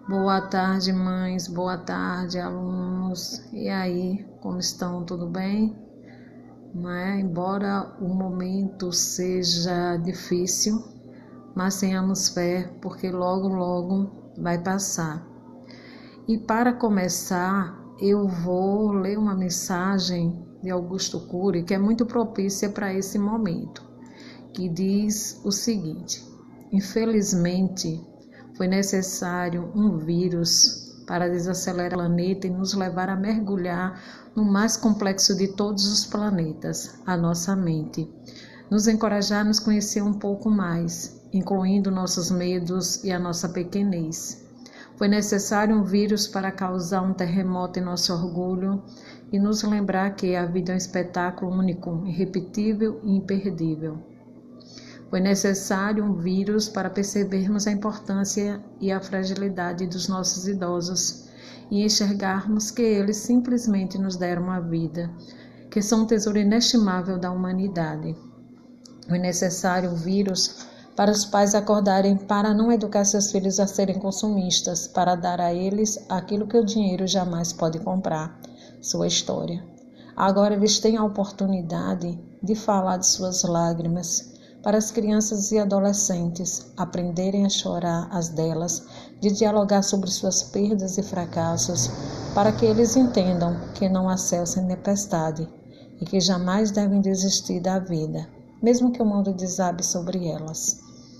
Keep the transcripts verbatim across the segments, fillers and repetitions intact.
Boa tarde, mães. Boa tarde, alunos. E aí, como estão? Tudo bem? Não é? Embora o momento seja difícil, mas tenhamos fé, porque logo, logo vai passar. E para começar, eu vou ler uma mensagem de Augusto Cury, que é muito propícia para esse momento, que diz o seguinte: infelizmente, foi necessário um vírus para desacelerar o planeta e nos levar a mergulhar no mais complexo de todos os planetas, a nossa mente. Nos encorajar a nos conhecer um pouco mais, incluindo nossos medos e a nossa pequenez. Foi necessário um vírus para causar um terremoto em nosso orgulho e nos lembrar que a vida é um espetáculo único, irrepetível e imperdível. Foi necessário um vírus para percebermos a importância e a fragilidade dos nossos idosos e enxergarmos que eles simplesmente nos deram a vida, que são um tesouro inestimável da humanidade. Foi necessário um vírus para os pais acordarem para não educar seus filhos a serem consumistas, para dar a eles aquilo que o dinheiro jamais pode comprar, sua história. Agora eles têm a oportunidade de falar de suas lágrimas, para as crianças e adolescentes aprenderem a chorar as delas, de dialogar sobre suas perdas e fracassos, para que eles entendam que não há céu sem tempestade e que jamais devem desistir da vida, mesmo que o mundo desabe sobre elas.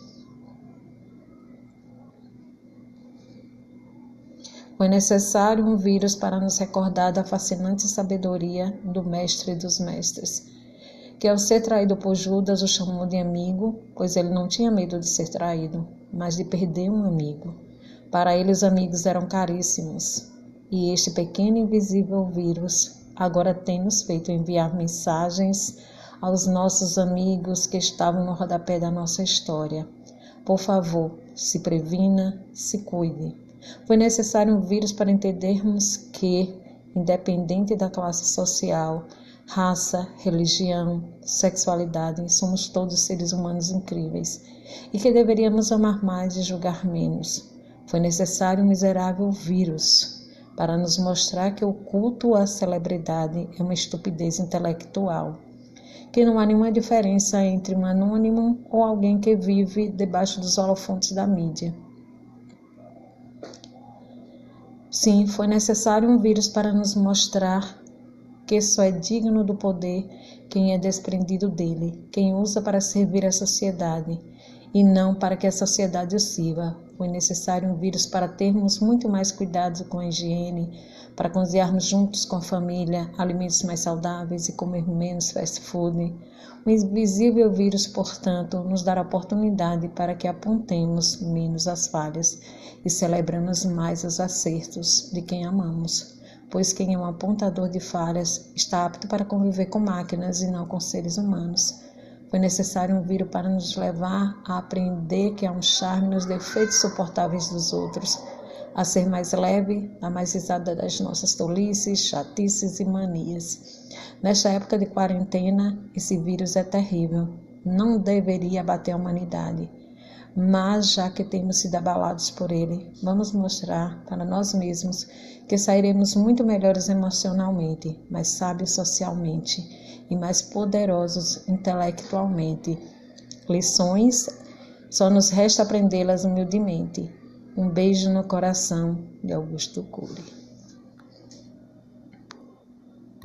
Foi necessário um vírus para nos recordar da fascinante sabedoria do Mestre dos Mestres, que ao ser traído por Judas o chamou de amigo, pois ele não tinha medo de ser traído, mas de perder um amigo. Para ele os amigos eram caríssimos, e este pequeno e invisível vírus agora tem nos feito enviar mensagens aos nossos amigos que estavam no rodapé da nossa história. Por favor, se previna, se cuide. Foi necessário um vírus para entendermos que, independente da classe social, raça, religião, sexualidade, somos todos seres humanos incríveis e que deveríamos amar mais e julgar menos. Foi necessário um miserável vírus para nos mostrar que o culto à celebridade é uma estupidez intelectual, que não há nenhuma diferença entre um anônimo ou alguém que vive debaixo dos holofotes da mídia. Sim, foi necessário um vírus para nos mostrar que só é digno do poder quem é desprendido dele, quem usa para servir a sociedade, e não para que a sociedade o sirva. Foi necessário um vírus para termos muito mais cuidado com a higiene, para cozinharmos juntos com a família, alimentos mais saudáveis e comer menos fast food. O invisível vírus, portanto, nos dará oportunidade para que apontemos menos as falhas e celebremos mais os acertos de quem amamos, pois quem é um apontador de falhas está apto para conviver com máquinas e não com seres humanos. Foi necessário um vírus para nos levar a aprender que há um charme nos defeitos suportáveis dos outros, a ser mais leve, a mais risada das nossas tolices, chatices e manias. Nesta época de quarentena, esse vírus é terrível, não deveria abater a humanidade. Mas, já que temos sido abalados por ele, vamos mostrar para nós mesmos que sairemos muito melhores emocionalmente, mais sábios socialmente e mais poderosos intelectualmente. Lições, só nos resta aprendê-las humildemente. Um beijo no coração, de Augusto Cury.